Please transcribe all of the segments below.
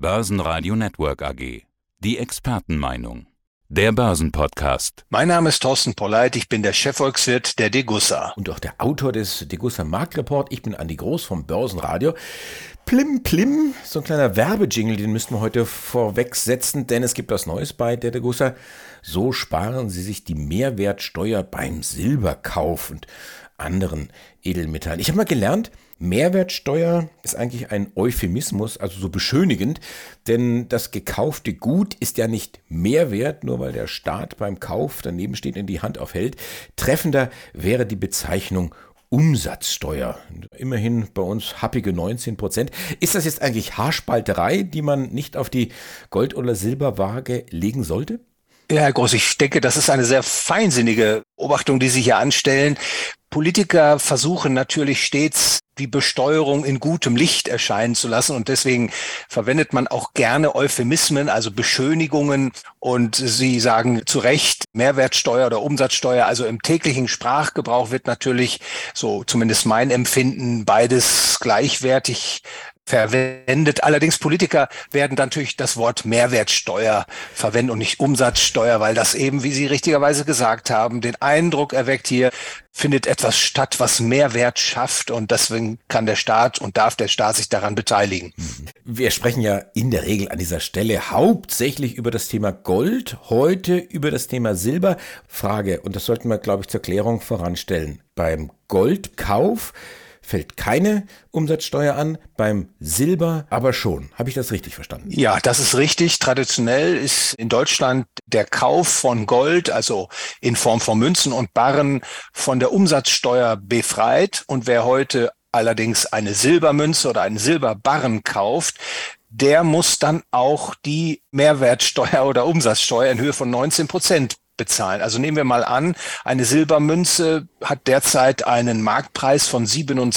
Börsenradio Network AG. Die Expertenmeinung. Der Börsenpodcast. Mein Name ist Thorsten Polleit, ich bin der Chefvolkswirt der Degussa. Und auch der Autor des Degussa Marktreport. Ich bin Andi Groß vom Börsenradio. Plim, plim, so ein kleiner Werbejingle, den müssten wir heute vorweg setzen, denn es gibt was Neues bei der Degussa. So sparen Sie sich die Mehrwertsteuer beim Silberkauf und anderen Edelmetallen. Ich habe mal gelernt, Mehrwertsteuer ist eigentlich ein Euphemismus, also so beschönigend, denn das gekaufte Gut ist ja nicht Mehrwert, nur weil der Staat beim Kauf daneben steht und die Hand aufhält. Treffender wäre die Bezeichnung Umsatzsteuer. Immerhin bei uns happige 19%. Ist das jetzt eigentlich Haarspalterei, die man nicht auf die Gold- oder Silberwaage legen sollte? Ja, Herr Groß, ich denke, das ist eine sehr feinsinnige Beobachtung, die Sie hier anstellen. Politiker versuchen natürlich stets, die Besteuerung in gutem Licht erscheinen zu lassen und deswegen verwendet man auch gerne Euphemismen, also Beschönigungen, und Sie sagen zu Recht Mehrwertsteuer oder Umsatzsteuer. Also im täglichen Sprachgebrauch wird natürlich, so zumindest mein Empfinden, beides gleichwertig verwendet. Allerdings Politiker werden dann natürlich das Wort Mehrwertsteuer verwenden und nicht Umsatzsteuer, weil das eben, wie Sie richtigerweise gesagt haben, den Eindruck erweckt, hier findet etwas statt, was Mehrwert schafft, und deswegen kann der Staat und darf der Staat sich daran beteiligen. Wir sprechen ja in der Regel an dieser Stelle hauptsächlich über das Thema Gold, heute über das Thema Silber. Frage, und das sollten wir, glaube ich, zur Klärung voranstellen. Beim Goldkauf fällt keine Umsatzsteuer an, beim Silber aber schon. Habe ich das richtig verstanden? Ja, das ist richtig. Traditionell ist in Deutschland der Kauf von Gold, also in Form von Münzen und Barren, von der Umsatzsteuer befreit. Und wer heute allerdings eine Silbermünze oder einen Silberbarren kauft, der muss dann auch die Mehrwertsteuer oder Umsatzsteuer in Höhe von 19% bezahlen. Also nehmen wir mal an, eine Silbermünze hat derzeit einen Marktpreis von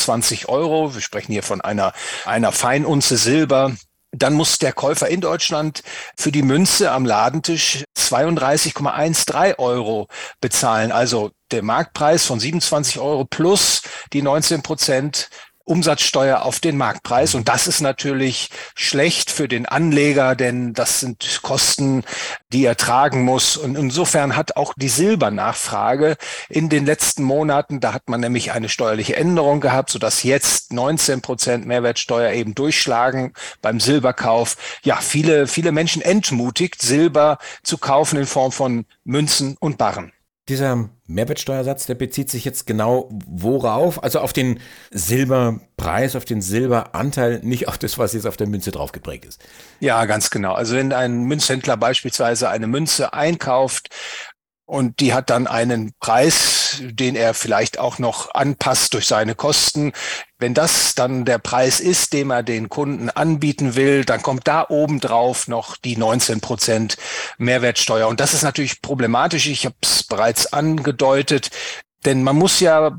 27 Euro. Wir sprechen hier von einer Feinunze Silber. Dann muss der Käufer in Deutschland für die Münze am Ladentisch 32,13 Euro bezahlen. Also der Marktpreis von 27 Euro plus die 19% Umsatzsteuer auf den Marktpreis. Und das ist natürlich schlecht für den Anleger, denn das sind Kosten, die er tragen muss. Und insofern hat auch die Silbernachfrage in den letzten Monaten, da hat man nämlich eine steuerliche Änderung gehabt, sodass jetzt 19% Mehrwertsteuer eben durchschlagen beim Silberkauf. Ja, viele Menschen entmutigt, Silber zu kaufen in Form von Münzen und Barren. Dieser Mehrwertsteuersatz, der bezieht sich jetzt genau worauf? Also auf den Silberpreis, auf den Silberanteil, nicht auf das, was jetzt auf der Münze drauf geprägt ist. Ja, ganz genau. Also wenn ein Münzhändler beispielsweise eine Münze einkauft und die hat dann einen Preis, den er vielleicht auch noch anpasst durch seine Kosten. Wenn das dann der Preis ist, den er den Kunden anbieten will, dann kommt da obendrauf noch die 19% Mehrwertsteuer. Und das ist natürlich problematisch. Ich habe es bereits angedeutet. Denn man muss ja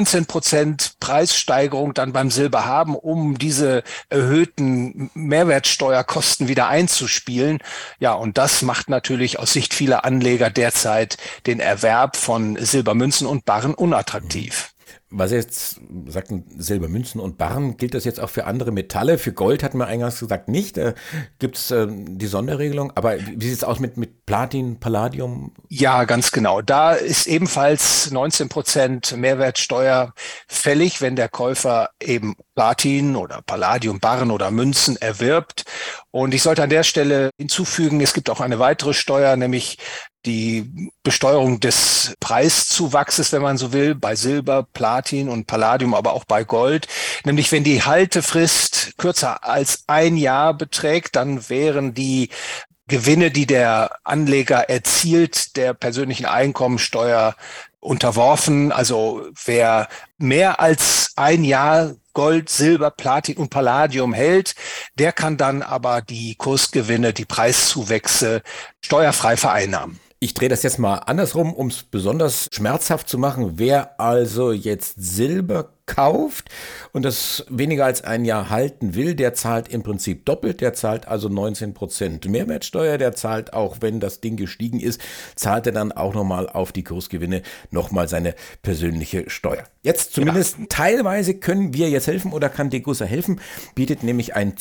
19% Preissteigerung dann beim Silber haben, um diese erhöhten Mehrwertsteuerkosten wieder einzuspielen. Ja, und das macht natürlich aus Sicht vieler Anleger derzeit den Erwerb von Silbermünzen und Barren unattraktiv. Was Sie jetzt sagten, Silbermünzen und Barren, gilt das jetzt auch für andere Metalle? Für Gold hatten wir eingangs gesagt nicht. Da gibt es die Sonderregelung. Aber wie sieht es aus mit Platin, Palladium? Ja, ganz genau. Da ist ebenfalls 19% Mehrwertsteuer fällig, wenn der Käufer eben Platin oder Palladium, Barren oder Münzen erwirbt. Und ich sollte an der Stelle hinzufügen, es gibt auch eine weitere Steuer, nämlich die Besteuerung des Preiszuwachses, wenn man so will, bei Silber, Platin und Palladium, aber auch bei Gold. Nämlich wenn die Haltefrist kürzer als ein Jahr beträgt, dann wären die Gewinne, die der Anleger erzielt, der persönlichen Einkommensteuer unterworfen. Also wer mehr als ein Jahr Gold, Silber, Platin und Palladium hält, der kann dann aber die Kursgewinne, die Preiszuwächse steuerfrei vereinnahmen. Ich drehe das jetzt mal andersrum, um es besonders schmerzhaft zu machen. Wer also jetzt Silber kauft und das weniger als ein Jahr halten will, der zahlt im Prinzip doppelt. Der zahlt also 19% Mehrwertsteuer. Der zahlt, auch wenn das Ding gestiegen ist, zahlt er dann auch nochmal auf die Kursgewinne nochmal seine persönliche Steuer. Jetzt zumindest teilweise können wir jetzt helfen oder kann Degussa helfen, bietet nämlich ein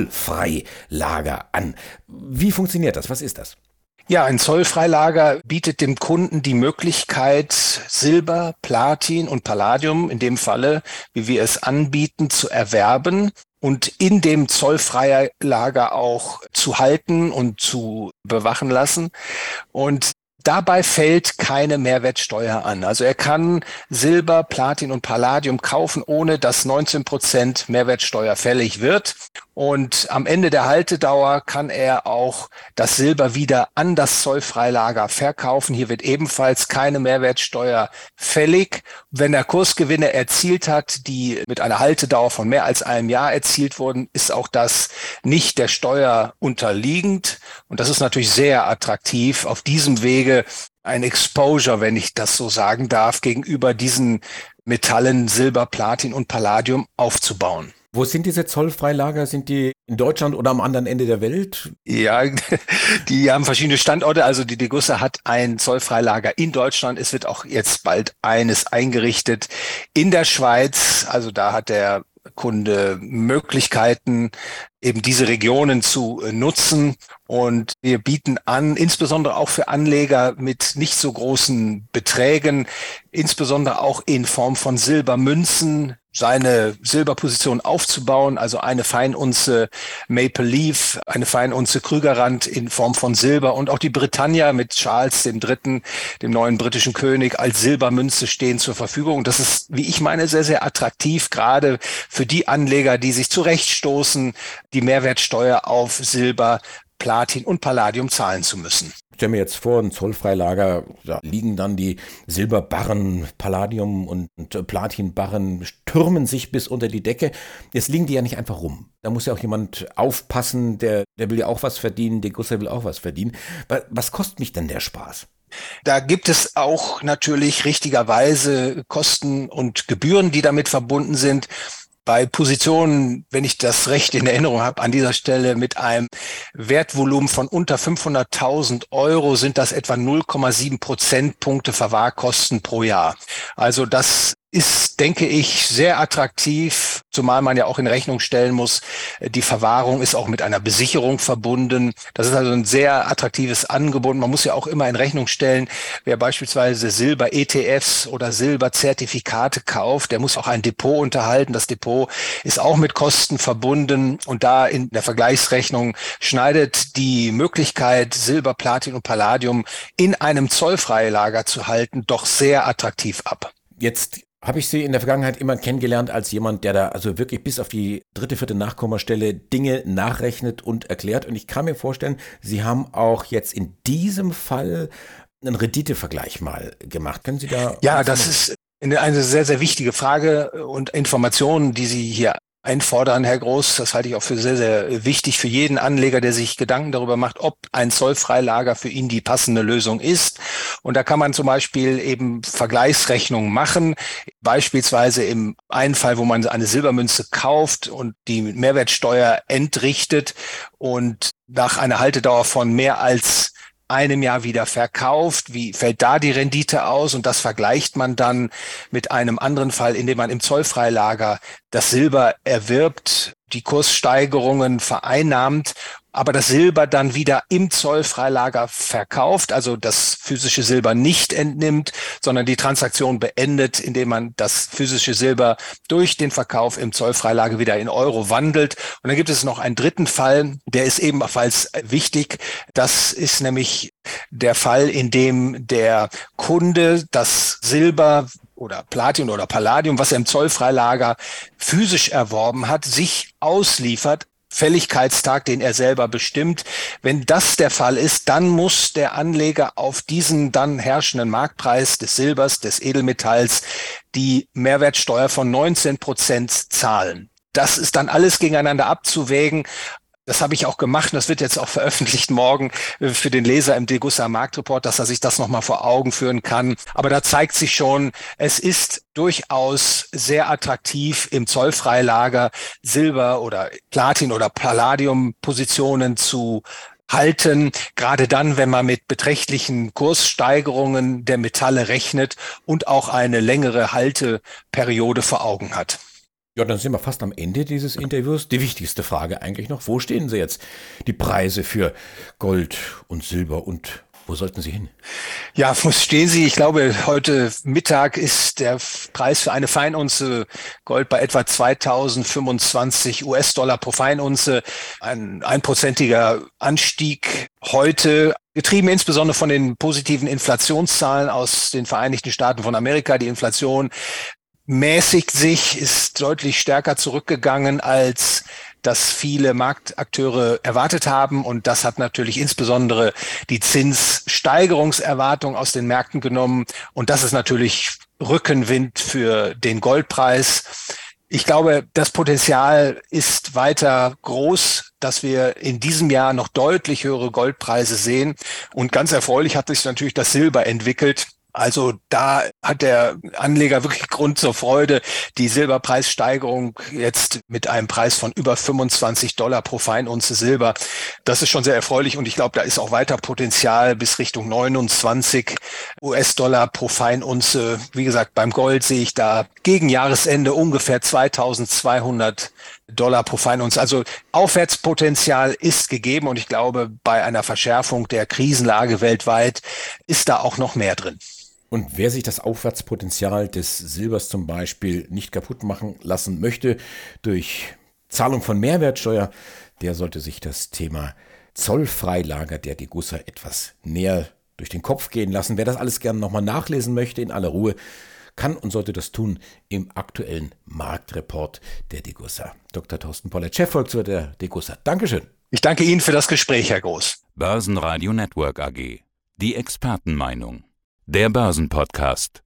Zollfreilager an. Wie funktioniert das? Was ist das? Ja, ein Zollfreilager bietet dem Kunden die Möglichkeit, Silber, Platin und Palladium, in dem Falle, wie wir es anbieten, zu erwerben und in dem Zollfreilager auch zu halten und zu bewachen lassen. Und dabei fällt keine Mehrwertsteuer an. Also er kann Silber, Platin und Palladium kaufen, ohne dass 19% Mehrwertsteuer fällig wird. Und am Ende der Haltedauer kann er auch das Silber wieder an das Zollfreilager verkaufen. Hier wird ebenfalls keine Mehrwertsteuer fällig. Wenn er Kursgewinne erzielt hat, die mit einer Haltedauer von mehr als einem Jahr erzielt wurden, ist auch das nicht der Steuer unterliegend. Und das ist natürlich sehr attraktiv, auf diesem Wege ein Exposure, wenn ich das so sagen darf, gegenüber diesen Metallen Silber, Platin und Palladium aufzubauen. Wo sind diese Zollfreilager? Sind die in Deutschland oder am anderen Ende der Welt? Ja, die haben verschiedene Standorte. Also die Degussa hat ein Zollfreilager in Deutschland. Es wird auch jetzt bald eines eingerichtet in der Schweiz. Also da hat der Kunde Möglichkeiten, eben diese Regionen zu nutzen. Und wir bieten an, insbesondere auch für Anleger mit nicht so großen Beträgen, insbesondere auch in Form von Silbermünzen, seine Silberposition aufzubauen, also eine Feinunze Maple Leaf, eine Feinunze Krügerrand in Form von Silber und auch die Britannia mit Charles III., dem neuen britischen König, als Silbermünze stehen zur Verfügung. Das ist, wie ich meine, sehr, sehr attraktiv, gerade für die Anleger, die sich zurechtstoßen, die Mehrwertsteuer auf Silber, Platin und Palladium zahlen zu müssen. Ich stelle mir jetzt vor, ein Zollfreilager, da liegen dann die Silberbarren, Palladium und Platinbarren, türmen sich bis unter die Decke. Jetzt liegen die ja nicht einfach rum. Da muss ja auch jemand aufpassen, der will ja auch was verdienen, Degussa will auch was verdienen. Was kostet mich denn der Spaß? Da gibt es auch natürlich richtigerweise Kosten und Gebühren, die damit verbunden sind. Bei Positionen, wenn ich das recht in Erinnerung habe, an dieser Stelle mit einem Wertvolumen von unter 500.000 Euro sind das etwa 0,7 Prozentpunkte Verwahrkosten pro Jahr. Also das ist, denke ich, sehr attraktiv, zumal man ja auch in Rechnung stellen muss, die Verwahrung ist auch mit einer Besicherung verbunden. Das ist also ein sehr attraktives Angebot. Man muss ja auch immer in Rechnung stellen, wer beispielsweise Silber-ETFs oder Silberzertifikate kauft, der muss auch ein Depot unterhalten. Das Depot ist auch mit Kosten verbunden und da in der Vergleichsrechnung schneidet die Möglichkeit, Silber, Platin und Palladium in einem Zollfreilager zu halten, doch sehr attraktiv ab. Jetzt habe ich Sie in der Vergangenheit immer kennengelernt als jemand, der da also wirklich bis auf die 3., 4. Nachkommastelle Dinge nachrechnet und erklärt. Und ich kann mir vorstellen, Sie haben auch jetzt in diesem Fall einen Renditevergleich mal gemacht. Können Sie da... Ja, das ist eine sehr, sehr wichtige Frage und Informationen, die Sie hier einfordern, Herr Groß. Das halte ich auch für sehr, sehr wichtig für jeden Anleger, der sich Gedanken darüber macht, ob ein Zollfreilager für ihn die passende Lösung ist. Und da kann man zum Beispiel eben Vergleichsrechnungen machen. Beispielsweise im einen Fall, wo man eine Silbermünze kauft und die Mehrwertsteuer entrichtet und nach einer Haltedauer von mehr als einem Jahr wieder verkauft, wie fällt da die Rendite aus? Und das vergleicht man dann mit einem anderen Fall, in dem man im Zollfreilager das Silber erwirbt, die Kurssteigerungen vereinnahmt, aber das Silber dann wieder im Zollfreilager verkauft, also das physische Silber nicht entnimmt, sondern die Transaktion beendet, indem man das physische Silber durch den Verkauf im Zollfreilager wieder in Euro wandelt. Und dann gibt es noch einen dritten Fall, der ist ebenfalls wichtig. Das ist nämlich der Fall, in dem der Kunde das Silber oder Platin oder Palladium, was er im Zollfreilager physisch erworben hat, sich ausliefert, Fälligkeitstag, den er selber bestimmt. Wenn das der Fall ist, dann muss der Anleger auf diesen dann herrschenden Marktpreis des Silbers, des Edelmetalls, die Mehrwertsteuer von 19% zahlen. Das ist dann alles gegeneinander abzuwägen. Das habe ich auch gemacht und das wird jetzt auch veröffentlicht morgen für den Leser im Degussa Marktreport, dass er sich das nochmal vor Augen führen kann. Aber da zeigt sich schon, es ist durchaus sehr attraktiv, im Zollfreilager Silber- oder Platin- oder Palladium-Positionen zu halten, gerade dann, wenn man mit beträchtlichen Kurssteigerungen der Metalle rechnet und auch eine längere Halteperiode vor Augen hat. Ja, dann sind wir fast am Ende dieses Interviews. Die wichtigste Frage eigentlich noch, wo stehen Sie jetzt? Die Preise für Gold und Silber und wo sollten Sie hin? Ja, wo stehen Sie? Ich glaube, heute Mittag ist der Preis für eine Feinunze Gold bei etwa 2025 US-Dollar pro Feinunze. Ein einprozentiger Anstieg heute, getrieben insbesondere von den positiven Inflationszahlen aus den Vereinigten Staaten von Amerika. Die Inflation mäßigt sich, ist deutlich stärker zurückgegangen, als das viele Marktakteure erwartet haben. Und das hat natürlich insbesondere die Zinssteigerungserwartung aus den Märkten genommen. Und das ist natürlich Rückenwind für den Goldpreis. Ich glaube, das Potenzial ist weiter groß, dass wir in diesem Jahr noch deutlich höhere Goldpreise sehen. Und ganz erfreulich hat sich natürlich das Silber entwickelt. Also da hat der Anleger wirklich Grund zur Freude. Die Silberpreissteigerung jetzt mit einem Preis von über $25 pro Feinunze Silber, das ist schon sehr erfreulich und ich glaube, da ist auch weiter Potenzial bis Richtung 29 US-Dollar pro Feinunze. Wie gesagt, beim Gold sehe ich da gegen Jahresende ungefähr $2.200 pro Feinunze. Also Aufwärtspotenzial ist gegeben und ich glaube, bei einer Verschärfung der Krisenlage weltweit ist da auch noch mehr drin. Und wer sich das Aufwärtspotenzial des Silbers zum Beispiel nicht kaputt machen lassen möchte durch Zahlung von Mehrwertsteuer, der sollte sich das Thema Zollfreilager der Degussa etwas näher durch den Kopf gehen lassen. Wer das alles gerne nochmal nachlesen möchte in aller Ruhe, kann und sollte das tun im aktuellen Marktreport der Degussa. Dr. Thorsten Pollert, Chefvolkswirt der Degussa. Dankeschön. Ich danke Ihnen für das Gespräch, Herr Groß. Börsenradio Network AG. Die Expertenmeinung. Der Börsenpodcast.